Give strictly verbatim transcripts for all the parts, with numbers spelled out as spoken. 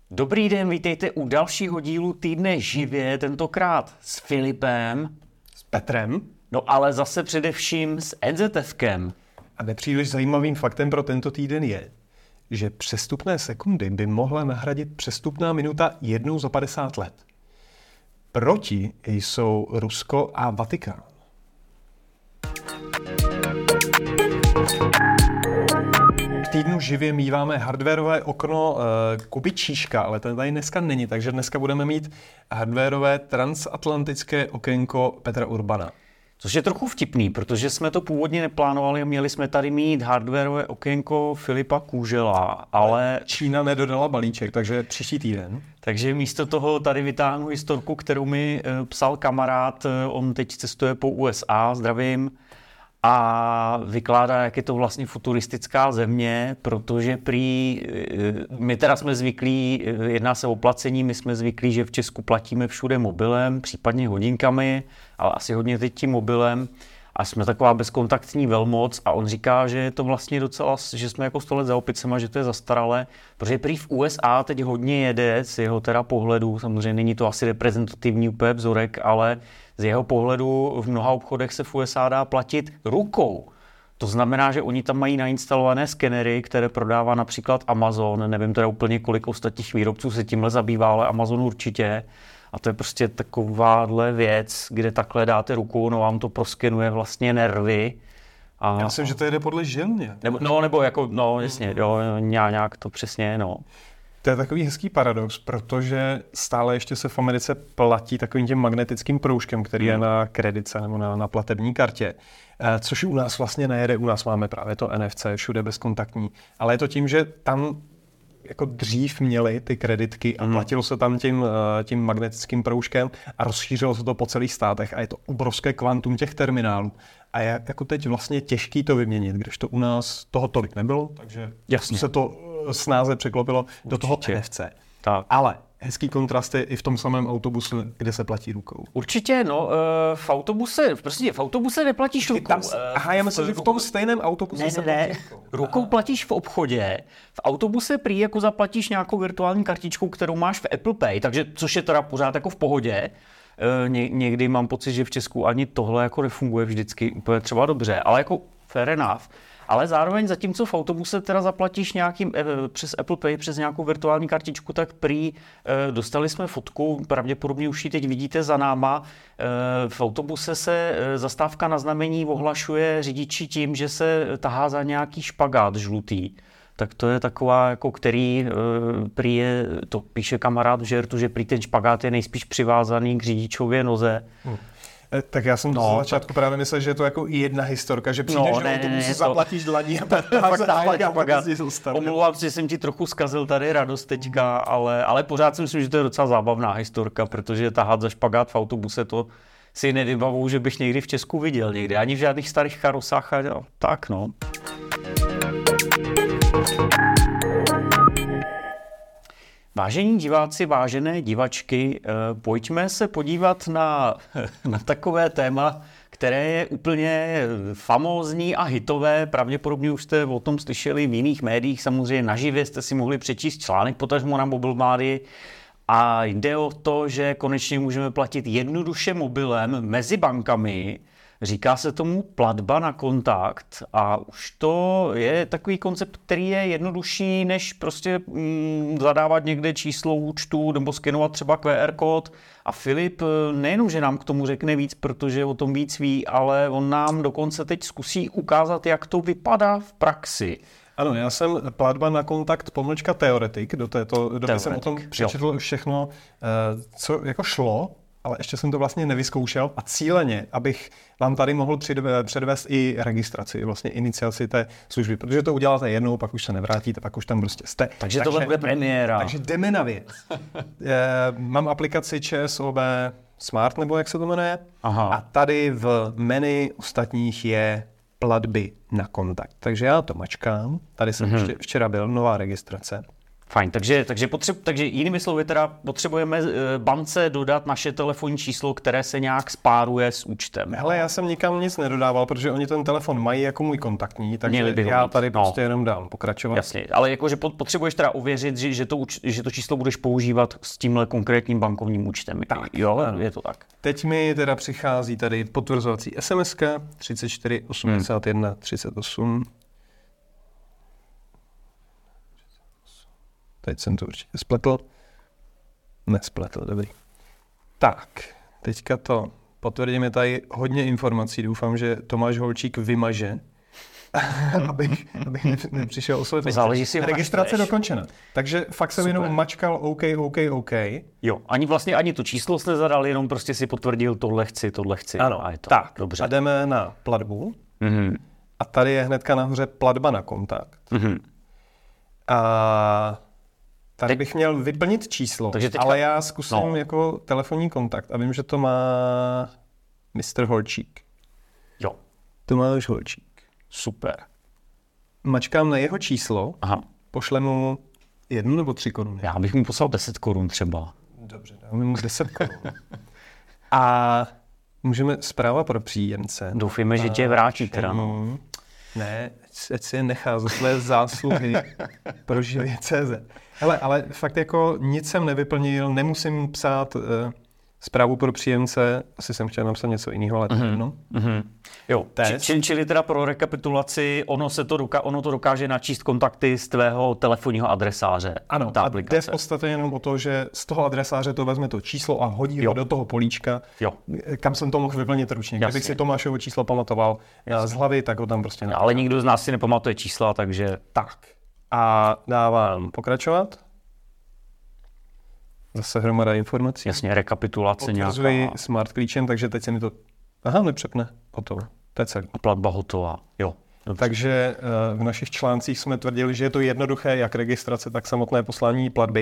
Dobrý den, vítejte u dalšího dílu Týdne živě, tentokrát s Filipem. S Petrem. No ale zase především s NZFkem. A nepříliš zajímavým faktem pro tento týden je, že přestupné sekundy by mohla nahradit přestupná minuta jednou za padesát let. Proti jsou Rusko a Vatikán. V týdnu živě míváme hardwareové okno uh, Kuby Číška, ale ten tady dneska není, takže dneska budeme mít hardwareové transatlantické okénko Petra Urbana. Což je trochu vtipný, protože jsme to původně neplánovali a měli jsme tady mít hardwareové okénko Filipa Kůžela, ale... Čína nedodala balíček, takže příští týden. Takže místo toho tady vytáhnu historku, kterou mi uh, psal kamarád, uh, on teď cestuje po U S A, zdravím, a vykládá, jak je to vlastně futuristická země, protože prý, my teda jsme zvyklí, jedná se o placení, my jsme zvyklí, že v Česku platíme všude mobilem, případně hodinkami, ale asi hodně teď tím mobilem a jsme taková bezkontaktní velmoc a on říká, že je to vlastně docela, že jsme jako sto let za opicema, že to je zastaralé, protože prý v U S A teď hodně jede z jeho teda pohledu, samozřejmě není to asi reprezentativní úplně vzorek, ale z jeho pohledu v mnoha obchodech se v U S A dá platit rukou. To znamená, že oni tam mají nainstalované skenery, které prodává například Amazon. Nevím teda úplně, kolik ostatních výrobců se tímhle zabývá, ale Amazon určitě. A to je prostě takováhle věc, kde takhle dáte ruku, no vám to proskenuje vlastně nervy. A, Já myslím, že to jde podle žilně. Nebo, no, nebo jako, no jasně, jo, nějak to přesně, no. To je takový hezký paradox, protože stále ještě se v Americe platí takovým tím magnetickým proužkem, který hmm. je na kredice nebo na, na platební kartě, což u nás vlastně nejede. U nás máme právě to N F C, všude bezkontaktní, ale je to tím, že tam jako dřív měli ty kreditky a platilo se tam tím, tím magnetickým proužkem a rozšířilo se to po celých státech a je to obrovské kvantum těch terminálů. A je jako teď vlastně těžký to vyměnit, když to u nás toho tolik nebylo, takže Jasně. se to snáze překlopilo do toho N F C. Tak. Ale hezký kontrast je i v tom samém autobusu, kde se platí rukou. Určitě, no, v autobuse, prostě v autobuse neplatíš rukou. Tam, aha, já myslím, že v tom stejném autobuse ne, se ne, platí rukou. Rukou platíš v obchodě, v autobuse prý jako zaplatíš nějakou virtuální kartičku, kterou máš v Apple Pay, takže což je teda pořád jako v pohodě. Ně, někdy mám pocit, že v Česku ani tohle jako nefunguje vždycky úplně třeba dobře, ale jako fair enough. Ale zároveň zatímco v autobuse teda zaplatíš nějakým, eh, přes Apple Pay, přes nějakou virtuální kartičku, tak prý eh, dostali jsme fotku, pravděpodobně už ji teď vidíte za náma. Eh, v autobuse se eh, zastávka na znamení ohlašuje řidiči tím, že se tahá za nějaký špagát žlutý. Tak to je taková, jako který e, prý je, to píše kamarád v žertu, že prý ten špagát je nejspíš přivázaný k řidičově noze. Hmm. E, tak já jsem no, na začátku tak... právě myslel, že je to jako jedna historka, že přijdeš no, do ne, autobusu, ne, zaplatíš to... dlaní a pak Omlouvám se, že jsem ti trochu zkazil tady radost teďka, ale, ale pořád si myslím, že to je docela zábavná historka, protože tahat za špagát v autobuse, to si nevybavuju, že bych někdy v Česku viděl někdy, ani v žádných starých karosách a tak no. Vážení diváci, vážené divačky, pojďme se podívat na, na takové téma, které je úplně famózní a hitové. Pravděpodobně už jste o tom slyšeli v jiných médiích, samozřejmě naživě jste si mohli přečíst článek potažmo na Mobilmády. A jde o to, že konečně můžeme platit jednoduše mobilem mezi bankami. Říká se tomu platba na kontakt a už to je takový koncept, který je jednodušší, než prostě mm, zadávat někde číslo účtu nebo skenovat třeba Q R kód. A Filip nejenom, že nám k tomu řekne víc, protože o tom víc ví, ale on nám dokonce teď zkusí ukázat, jak to vypadá v praxi. Ano, já jsem platba na kontakt pomlčka teoretik, do této doby jsem o tom přečetl jo. všechno, co jako šlo, ale ještě jsem to vlastně nevyzkoušel a cíleně, abych vám tady mohl předvést i registraci, vlastně iniciaci té služby, protože to uděláte jednou, pak už se nevrátíte, pak už tam prostě jste. Takže, takže tohle bude premiéra. Takže jdeme na věc. Mám aplikaci ČSOB Smart, nebo jak se to jmenuje, Aha. a tady v menu ostatních je platby na kontakt. Takže já to mačkám, tady jsem mm-hmm. včera byl, nová registrace. Fajn, takže, takže, potřeb, takže jinými slovy teda potřebujeme bance dodat naše telefonní číslo, které se nějak spáruje s účtem. Hele, já jsem nikam nic nedodával, protože oni ten telefon mají jako můj kontaktní, takže já tady no. prostě jenom dám pokračovat. Jasně, ale jakože potřebuješ teda ověřit, že, že, to, že to číslo budeš používat s tímhle konkrétním bankovním účtem. Tak, jo, ano. Je to tak. Teď mi teda přichází tady potvrzovací es em eska třicet čtyři osmdesát jedna hmm. třicet osm. Teď jsem to určitě spletl. Nespletl, dobrý. Tak, teďka to potvrdíme tady hodně informací. Doufám, že Tomáš Holčík vymaže, abych, abych ne, nepřišel o své Záleží si registrace dokončena. Takže fakt jsem Super. jenom mačkal OK, OK, OK. Jo, ani vlastně ani to číslo jste zadal, jenom prostě si potvrdil tohle chci, tohle chci. Ano, a je to. Tak, dobře. A jdeme na platbu. Mm-hmm. A tady je hnedka nahoře platba na kontakt. Mm-hmm. A tady bych měl vyplnit číslo, teďka... ale já zkusím no. jako telefonní kontakt a vím, že to má mister Holčík. Jo. Tomáš Holčík. Super. Mačkám na jeho číslo, Aha. pošle mu jednu nebo tři koruny. Já bych mu poslal deset korun třeba. Dobře, dáme mu deset korun. A můžeme zpráva pro příjemce. Doufujeme, že tě vrátí teda. No. Ne, ať si je nechá za své zásluhy pro živě tečka cé zet. Hele, ale fakt jako nic jsem nevyplnil, nemusím psát uh, zprávu pro příjemce, asi jsem chtěl napsat něco jiného, ale mm-hmm. no. Mm-hmm. Jo, či, čili teda pro rekapitulaci, ono, se to doká, ono to dokáže načíst kontakty z tvého telefonního adresáře. Ano, a jde v podstatě jenom o to, že z toho adresáře to vezme to číslo a hodí jo. ho do toho políčka, jo. kam jsem to mohl vyplnit ručně. Kdybych si Tomášovo číslo pamatoval Jasně. z hlavy, tak ho tam prostě ne. Ale nikdo z nás si nepamatuje čísla, takže... Tak. A dávám pokračovat. Zase hromada informací. Jasně, rekapitulace nějaká. Potvrzuji smart klíčem, takže teď se mi to... Aha, nepřepne. Hotovo. To je celý. A platba hotová. Jo. Dobře. Takže v našich článcích jsme tvrdili, že je to jednoduché, jak registrace, tak samotné poslání platby.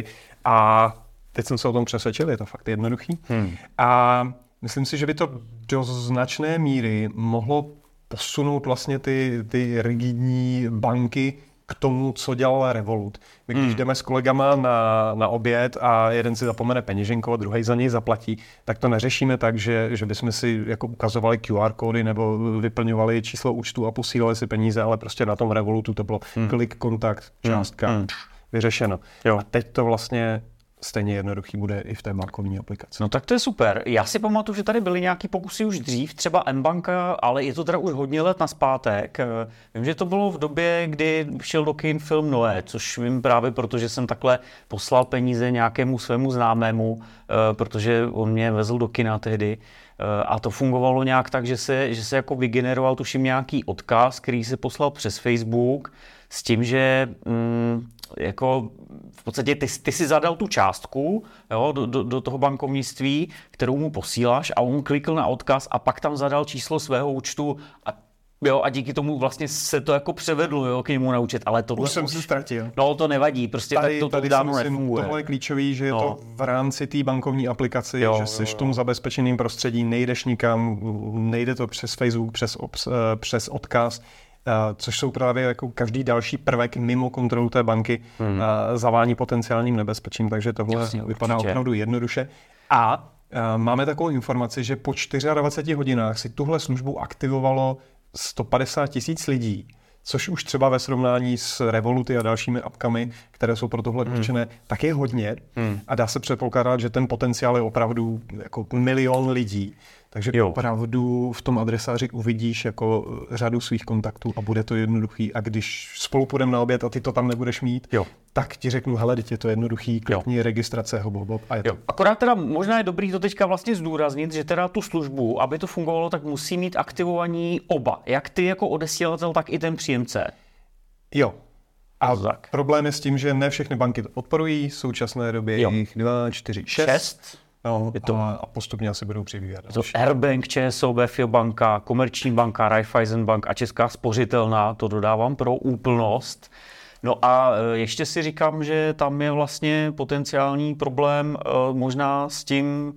A teď jsem se o tom přesvědčil, je to fakt jednoduchý. Hmm. A myslím si, že by to do značné míry mohlo posunout vlastně ty, ty rigidní banky k tomu, co dělala Revolut. My když hmm. jdeme s kolegama na, na oběd a jeden si zapomene peněženku a druhý za něj zaplatí, tak to neřešíme tak, že, že bychom si jako ukazovali Q R kódy nebo vyplňovali číslo účtu a posílali si peníze, ale prostě na tom Revolutu to bylo hmm. klik, kontakt, částka, hmm. vyřešeno. Jo. A teď to vlastně stejně jednoduchý bude i v té bankovní aplikaci. No tak to je super. Já si pamatuju, že tady byly nějaký pokusy už dřív, třeba M-banka, ale je to teda už hodně let nazpátek. Vím, že to bylo v době, kdy šel do kin film Noé, což vím právě proto, že jsem takhle poslal peníze nějakému svému známému, protože on mě vezl do kina tehdy. A to fungovalo nějak tak, že se, že se jako vygeneroval tuším nějaký odkaz, který se poslal přes Facebook s tím, že mm, jako v podstatě ty, ty si zadal tu částku jo, do, do, do toho bankovnictví, kterou mu posíláš a on klikl na odkaz a pak tam zadal číslo svého účtu a jo, a díky tomu vlastně se to jako převedlo, jo, k němu na účet, ale tohle už jsem už, si ztratil. No, to nevadí, prostě tady, tak to, to dávno nefunguje. Tohle je klíčový, že je no. to v rámci té bankovní aplikace, jo, že jsi v tom zabezpečeným prostředí, nejdeš nikam, nejde to přes Facebook, přes, obs, přes odkaz, což jsou právě jako každý další prvek mimo kontrolu té banky hmm. zavání potenciálním nebezpečím, takže tohle Jasně, vypadá určitě. opravdu jednoduše. A máme takovou informaci, že po dvaceti čtyřech hodinách si tuhle službu aktivovalo sto padesát tisíc lidí, což už třeba ve srovnání s Revoluty a dalšími apkami, které jsou pro tohle určené, hmm. tak je hodně hmm. a dá se předpokládat, že ten potenciál je opravdu jako milion lidí. Takže jo. opravdu v tom adresáři uvidíš jako řadu svých kontaktů a bude to jednoduchý. A když spolu půjdeme na oběd a ty to tam nebudeš mít, jo. tak ti řeknu, hele, teď je to jednoduchý, klikni registrace, hop, hop, hop a je to. Jo. Akorát teda možná je dobrý to teďka vlastně zdůraznit, že teda tu službu, aby to fungovalo, tak musí mít aktivovaní oba. Jak ty jako odesílatel, tak i ten příjemce. Jo. A tak. Problém je s tím, že ne všechny banky to podporují, v současné době jo. jich dva, čtyři, šest. šest. No, je to, a postupně asi budou přibývat. To Airbank, ČSOB, Fiobanka, Komerční banka, Raiffeisen bank a Česká spořitelná, to dodávám pro úplnost. No a ještě si říkám, že tam je vlastně potenciální problém možná s tím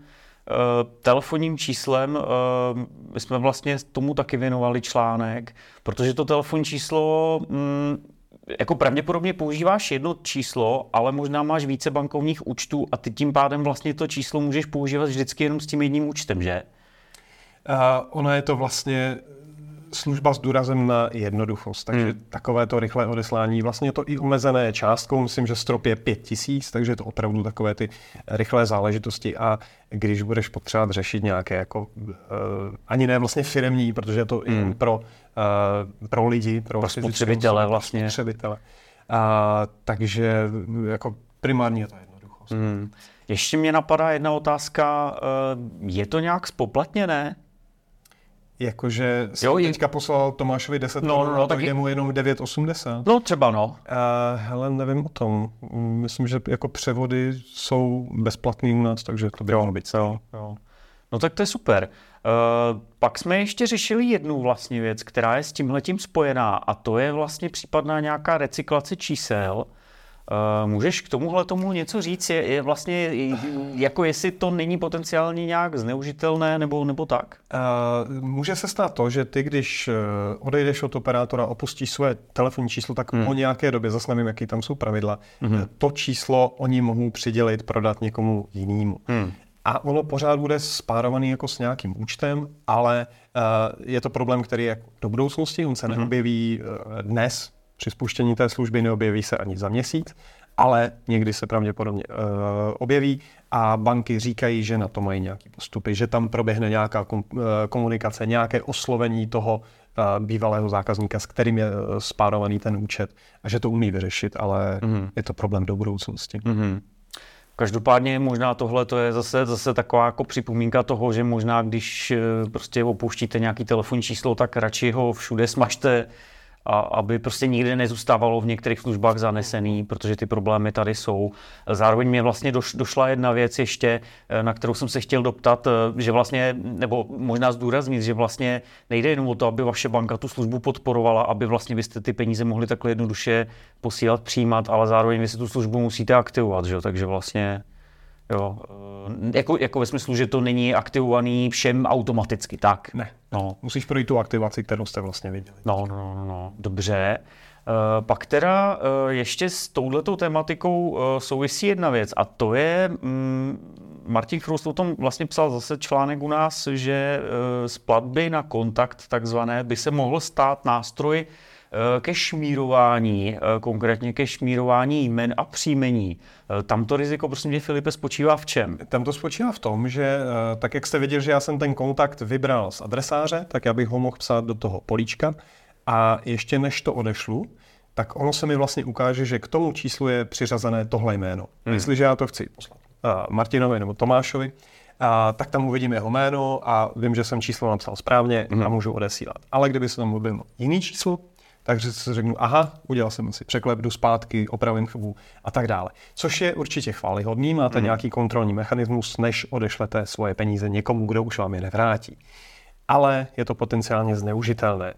telefonním číslem. My jsme vlastně tomu taky věnovali článek, protože to telefonní číslo jako pravděpodobně používáš jedno číslo, ale možná máš více bankovních účtů a ty tím pádem vlastně to číslo můžeš používat vždycky jenom s tím jedním účtem, že? Uh, ono je to vlastně služba s důrazem na jednoduchost, takže hmm. takové to rychlé odeslání, vlastně to i omezené částkou, myslím, že strop je pět tisíc, takže je to opravdu takové ty rychlé záležitosti a když budeš potřebovat řešit nějaké jako, uh, ani ne vlastně firemní, protože je to hmm. i pro, uh, pro lidi, pro, pro spotřebitele vlastně. Spotřebitele. Uh, takže jako primárně je to jednoduchost. Hmm. Ještě mě napadá jedna otázka, uh, je to nějak spoplatněné? Jakože jsi jo, teďka poslal Tomášovi deset no, no, no, tak je mu jenom devět osmdesát. No třeba no. Uh, hele, nevím o tom. Myslím, že jako převody jsou bezplatný u nás, takže to by mohlo být. Jo, jo. No tak to je super. Uh, pak jsme ještě řešili jednu vlastně věc, která je s tímhletím spojená a to je vlastně případná nějaká recyklace čísel. Uh, můžeš k tomuhle tomu něco říct? Je, je vlastně, jako jestli to není potenciálně nějak zneužitelné nebo, nebo tak? Uh, může se stát to, že ty, když odejdeš od operátora, opustíš své telefonní číslo, tak hmm. po nějaké době, zase nevím, jaký tam jsou pravidla, hmm. to číslo oni mohou přidělit, prodat někomu jinému. Hmm. A ono pořád bude spárovaný jako s nějakým účtem, ale uh, je to problém, který je do budoucnosti, on se hmm. neobjeví uh, dnes, při spuštění té služby neobjeví se ani za měsíc, ale někdy se pravděpodobně uh, objeví a banky říkají, že na to mají nějaké postupy, že tam proběhne nějaká kom, uh, komunikace, nějaké oslovení toho uh, bývalého zákazníka, s kterým je uh, spárovaný ten účet a že to umí vyřešit, ale mm. je to problém do budoucnosti. Mm. Každopádně možná tohle to je zase, zase taková jako připomínka toho, že možná když prostě opouštíte nějaký telefonní číslo, tak radši ho všude smažte, a aby prostě nikdy nezůstávalo v některých službách zanesený, protože ty problémy tady jsou. Zároveň mě vlastně došla jedna věc ještě, na kterou jsem se chtěl doptat, že vlastně, nebo možná zdůraznit, že vlastně nejde jenom o to, aby vaše banka tu službu podporovala, aby vlastně byste ty peníze mohli takhle jednoduše posílat, přijímat, ale zároveň vy si tu službu musíte aktivovat, že? Takže vlastně jo, jako, jako ve smyslu, že to není aktivovaný všem automaticky, tak? Ne, no. Musíš projít tu aktivaci, kterou jste vlastně viděli. No, no, no, no. Dobře. Uh, pak teda uh, ještě s touhletou tematikou uh, souvisí jedna věc a to je, um, Martin Chroust o tom vlastně psal zase článek u nás, že uh, z platby na kontakt takzvané by se mohl stát nástroj ke šmírování, konkrétně ke šmírování jmen a příjmení. Tam to riziko, prosím tě, Filipe, spočívá v čem? Tam to spočívá v tom, že tak, jak jste viděl, že já jsem ten kontakt vybral z adresáře, tak já bych ho mohl psát do toho políčka a ještě než to odešlu, tak ono se mi vlastně ukáže, že k tomu číslu je přiřazené tohle jméno. Hmm. Jestliže já to chci poslat Martinovi nebo Tomášovi, a tak tam uvidím jeho jméno a vím, že jsem číslo napsal správně hmm. a můžu odesílat. Ale kdyby se tam objevilo jiný číslo, takže si řeknu, aha, udělal jsem si překlep, jdu zpátky, opravím chybu a tak dále. Což je určitě chvályhodný, máte mm. nějaký kontrolní mechanismus, než odešlete svoje peníze někomu, kdo už vám je nevrátí. Ale je to potenciálně zneužitelné.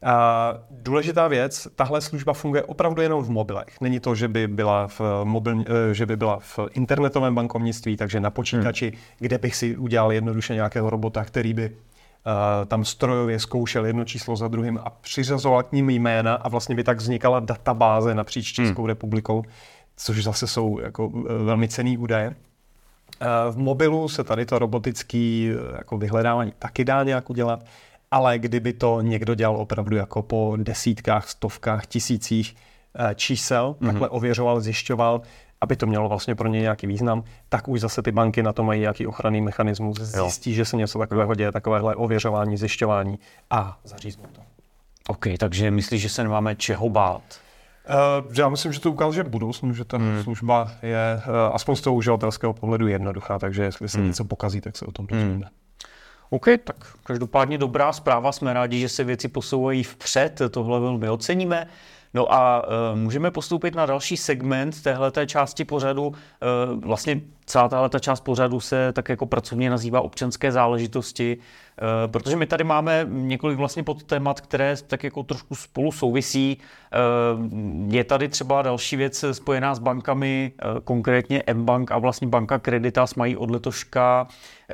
A důležitá věc, tahle služba funguje opravdu jenom v mobilech. Není to, že by byla v, mobil, že by byla v internetovém bankovnictví, takže na počítači, mm. kde bych si udělal jednoduše nějakého robota, který by Uh, tam strojově zkoušel jedno číslo za druhým a přiřazoval k ním jména a vlastně by tak vznikala databáze napříč Českou hmm. republikou, což zase jsou jako uh, velmi cenný údaje. Uh, v mobilu se tady to robotické uh, jako vyhledávání taky dá nějak udělat, ale kdyby to někdo dělal opravdu jako po desítkách, stovkách, tisících uh, čísel, hmm. takhle ověřoval, zjišťoval, aby to mělo vlastně pro ně nějaký význam, tak už zase ty banky na to mají nějaký ochranný mechanismus, zjistí, jo. že se něco takového děje, takovéhle ověřování, zjišťování a zaříznou to. OK, takže myslíš, že se nemáme čeho bát? Uh, já myslím, že to ukáže v budoucnu, že ta hmm. služba je uh, aspoň z toho uživatelského pohledu jednoduchá, takže jestli se hmm. něco pokazí, tak se o tom dozvíme. Hmm. OK, tak každopádně dobrá zpráva, jsme rádi, že se věci posouvají vpřed, tohle velmi oceníme. No a uh, můžeme postoupit na další segment téhleté části pořadu. Uh, vlastně celá tahle ta část pořadu se tak jako pracovně nazývá občanské záležitosti, protože my tady máme několik vlastně podtémat, které tak jako trošku spolu souvisí. Je tady třeba další věc spojená s bankami, konkrétně mBank a vlastně banka Creditas mají od letoška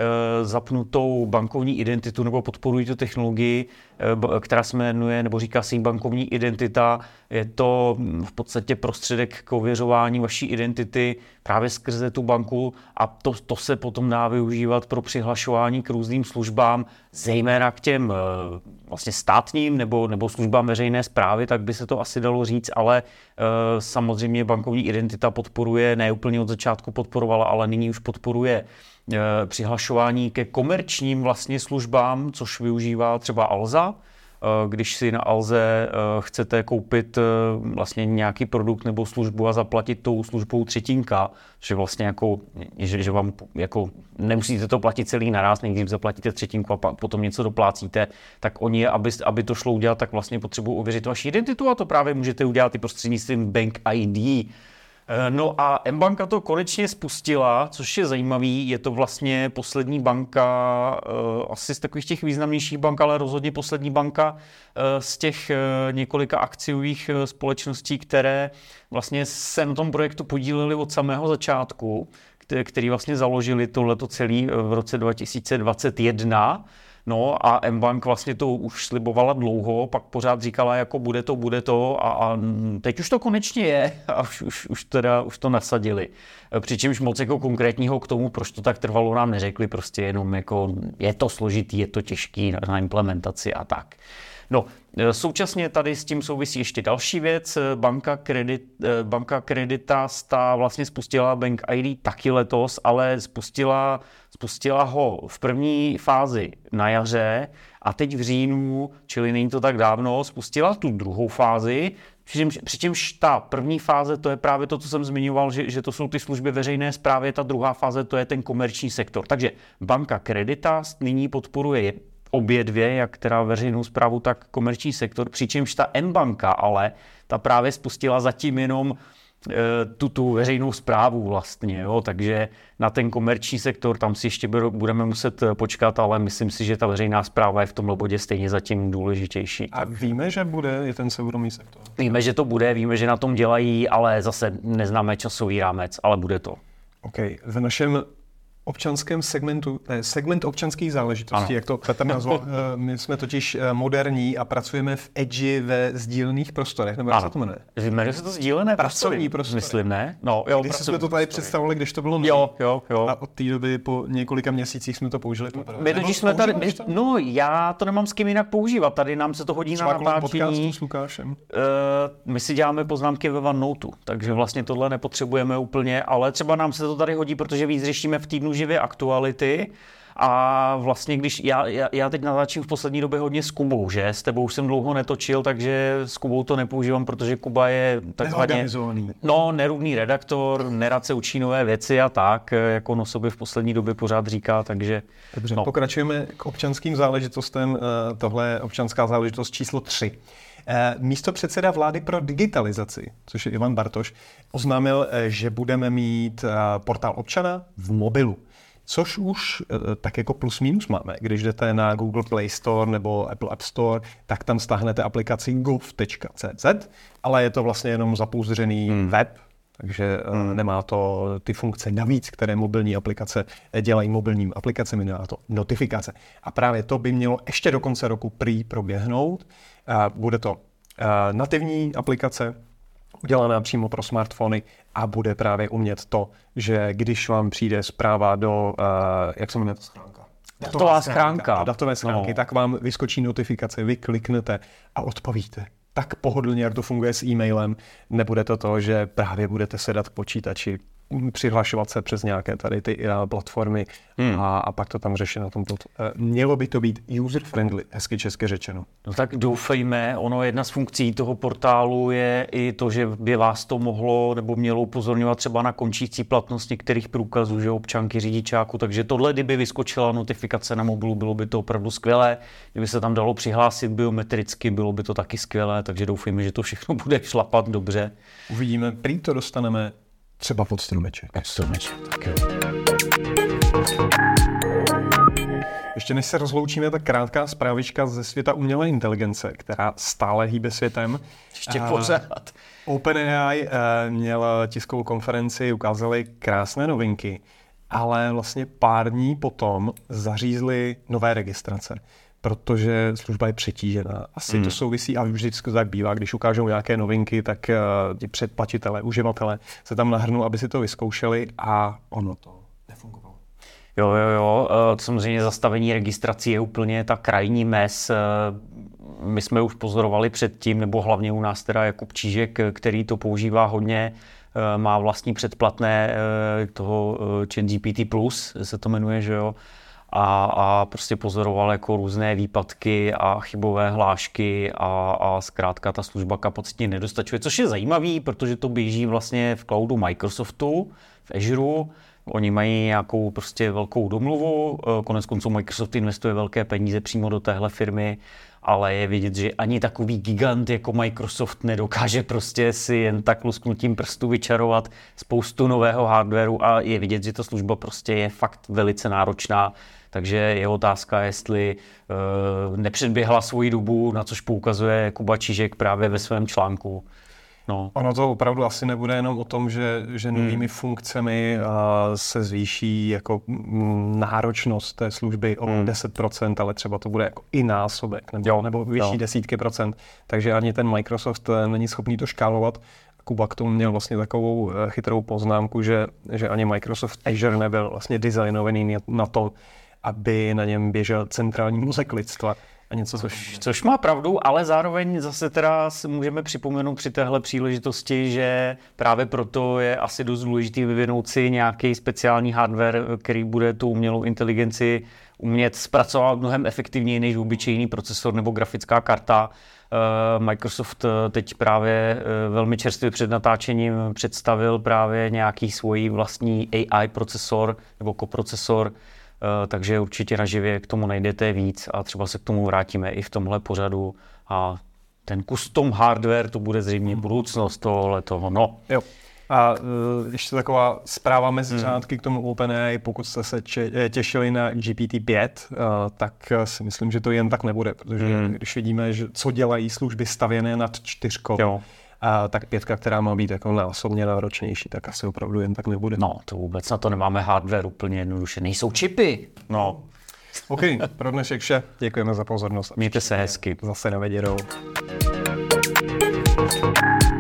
zapnutou bankovní identitu nebo podporují tu technologii, která se jmenuje, nebo říká se jí bankovní identita. Je to v podstatě prostředek k ověřování vaší identity právě skrze tu banku a to, to se potom dá využívat pro přihlašování k různým službám, zejména k těm vlastně státním nebo, nebo službám veřejné správy, tak by se to asi dalo říct, ale e, samozřejmě bankovní identita podporuje, ne úplně od začátku podporovala, ale nyní už podporuje e, přihlašování ke komerčním vlastně službám, což využívá třeba Alza. Když si na Alze chcete koupit vlastně nějaký produkt nebo službu a zaplatit tou službou třetinka, že vlastně jako, že, že vám jako nemusíte to platit celý naraz, nejdřív zaplatíte třetinku a potom něco doplácíte, tak oni, aby, aby to šlo udělat, tak vlastně potřebují ověřit vaši identitu a to právě můžete udělat i prostřednictvím Bank I D. No a mBanka to konečně spustila, což je zajímavý, je to vlastně poslední banka, asi z takových těch významnějších bank, ale rozhodně poslední banka z těch několika akciových společností, které vlastně se na tom projektu podílely od samého začátku, který vlastně založili tohleto celý v roce dva tisíce dvacet jedna. No a mBank vlastně to už slibovala dlouho, pak pořád říkala, jako bude to, bude to a, a teď už to konečně je a už, už, už, teda, už to nasadili. Přičemž moc jako konkrétního k tomu, proč to tak trvalo, nám neřekli, prostě jenom jako je to složitý, je to těžký na, na implementaci a tak. No, současně tady s tím souvisí ještě další věc. Banka, Credit, banka Creditas ta vlastně spustila Bank I D taky letos, ale spustila, spustila ho v první fázi na jaře a teď v říjnu, čili není to tak dávno, spustila tu druhou fázi, přičemž, přičemž ta první fáze, to je právě to, co jsem zmiňoval, že, že to jsou ty služby veřejné správy, ta druhá fáze, to je ten komerční sektor. Takže banka Creditas nyní podporuje obě dvě, jak teda veřejnou správu, tak komerční sektor, přičemž ta mBanka ale ta právě spustila zatím jenom e, tu, tu veřejnou správu vlastně, jo? Takže na ten komerční sektor tam si ještě budeme muset počkat, ale myslím si, že ta veřejná správa je v tomhle bodě stejně zatím důležitější. A víme, že bude je ten soukromý sektor? Víme, že to bude, víme, že na tom dělají, ale zase neznáme časový rámec, ale bude to. OK, v našem občanském segmentu, ne, segment občanských záležitostí, ano. Jak to Petr nazval. My jsme totiž moderní a pracujeme v edži ve sdílených prostorech, nebo jak se to jmenuje? Jmenuje se to sdílené pracovní prostory. Myslím, ne? No, jo, když jsme to tady představovali, když to bylo nový. Jo, jo, jo. A od té doby po několika měsících jsme to použili. My totiž jsme tady, my, no já to nemám s kým jinak používat, tady nám se to hodí třeba na natáčení. S Lukášem. Uh, my si děláme poznámky ve OneNoteu, takže vlastně tohle nepotřebujeme úplně, ale třeba nám se to tady hodí, protože víc řešíme v týdnu živě aktuality a vlastně když já, já, já teď natáčím v poslední době hodně s Kubou, že? S tebou už jsem dlouho netočil, takže s Kubou to nepoužívám, protože Kuba je takzvaně no, nerudný redaktor, nerad se učí nové věci a tak, jako on o sobě v poslední době pořád říká, takže... Dobře, no. Pokračujeme k občanským záležitostem, tohle je občanská záležitost číslo tři. Místo předseda vlády pro digitalizaci, což je Ivan Bartoš, oznámil, že budeme mít portál občana v mobilu. Což už tak jako plus minus máme. Když jdete na Google Play Store nebo Apple App Store, tak tam stáhnete aplikaci gov tečka cé zet, ale je to vlastně jenom zapouzdřený hmm. web, takže hmm. nemá to ty funkce navíc, které mobilní aplikace dělají mobilním aplikacemi, nemá to notifikace. A právě to by mělo ještě do konce roku prý proběhnout. Bude to nativní aplikace, udělaná přímo pro smartfony a bude právě umět to, že když vám přijde zpráva do, uh, jak se jmenuje ta schránka? Datová schránka. Datové schránky, no. Tak vám vyskočí notifikace, vy kliknete a odpovíte. Tak pohodlně, jak to funguje s e-mailem, nebude to to, že právě budete sedat k počítači, přihlašovat se přes nějaké tady ty uh, platformy hmm. a, a pak to tam řešit na tom. Uh, mělo by to být user-friendly, hezky česky řečeno. No tak doufejme, ono jedna z funkcí toho portálu je i to, že by vás to mohlo nebo mělo upozorňovat třeba na končící platnost některých průkazů, že občanky, řidičáku, takže tohle, kdyby vyskočila notifikace na mobilu, bylo by to opravdu skvělé. Kdyby se tam dalo přihlásit biometricky, bylo by to taky skvělé, takže doufejme, že to všechno bude šlapat dobře. Uvidíme, prý to dostaneme Třeba pod stromeček. Pod stromeček, tak jo. Ještě než se rozloučíme, tak krátká zprávička ze světa umělé inteligence, která stále hýbe světem. Ještě pořád. OpenAI měl tiskovou konferenci, ukázali krásné novinky, ale vlastně pár dní potom zařízli nové registrace, protože služba je přetížená. Asi hmm. to souvisí, a vždycky tak bývá, když ukážou nějaké novinky, tak ti předplatitelé, uživatelé se tam nahrnou, aby si to vyzkoušeli, a ono to nefungovalo. Jo, jo, jo. Samozřejmě zastavení registrací je úplně ta krajní mez. My jsme už pozorovali předtím, nebo hlavně u nás teda Jakub Čížek, který to používá hodně, má vlastní předplatné toho ChatGPT plus, se to jmenuje, že jo. A, a prostě pozoroval jako různé výpadky a chybové hlášky a, a zkrátka ta služba kapacitně nedostačuje, což je zajímavý, protože to běží vlastně v cloudu Microsoftu, v Azure. Oni mají nějakou prostě velkou domluvu, konec konců Microsoft investuje velké peníze přímo do téhle firmy, ale je vidět, že ani takový gigant jako Microsoft nedokáže prostě si jen tak lusknutím prstu vyčarovat spoustu nového hardwareu, a je vidět, že ta služba prostě je fakt velice náročná, takže je otázka, jestli uh, nepředběhla svoji dobu, na což poukazuje Kuba Čížek právě ve svém článku. No. Ono to opravdu asi nebude jenom o tom, že, že novými hmm. funkcemi uh, se zvýší jako m, náročnost té služby o hmm. deset procent, ale třeba to bude jako i násobek, nebo, jo, nebo vyšší jo. desítky procent. Takže ani ten Microsoft není schopný to škálovat. Kuba k tomu měl vlastně takovou uh, chytrou poznámku, že, že ani Microsoft Azure nebyl vlastně designovaný na to, aby na něm běžel centrální mozek lidstva. A něco, což, což má pravdu, ale zároveň zase teda můžeme připomenout při téhle příležitosti, že právě proto je asi dost důležitý vyvinout si nějaký speciální hardware, který bude tu umělou inteligenci umět zpracovat mnohem efektivněji než obyčejný procesor nebo grafická karta. Microsoft teď právě velmi čerstvě před natáčením představil právě nějaký svůj vlastní A I procesor nebo koprocesor, takže určitě naživě k tomu najdete víc a třeba se k tomu vrátíme i v tomhle pořadu, a ten custom hardware, to bude zřejmě budoucnost tohle toho, no. Jo. A uh, ještě taková zpráva mezi řádky hmm. k tomu OpenAI, pokud jste se če- těšili na G P T pět, uh, tak si myslím, že to jen tak nebude, protože hmm. když vidíme, že co dělají služby stavěné nad čtyřkou, jo. A tak pětka, která má být jako násobně náročnější, tak asi opravdu jen tak nebude. No, to vůbec na to nemáme hardware úplně jednoduše. Nejsou čipy. No. OK, pro dnešek vše. Děkujeme za pozornost. Mějte se hezky. Zase na viděnou.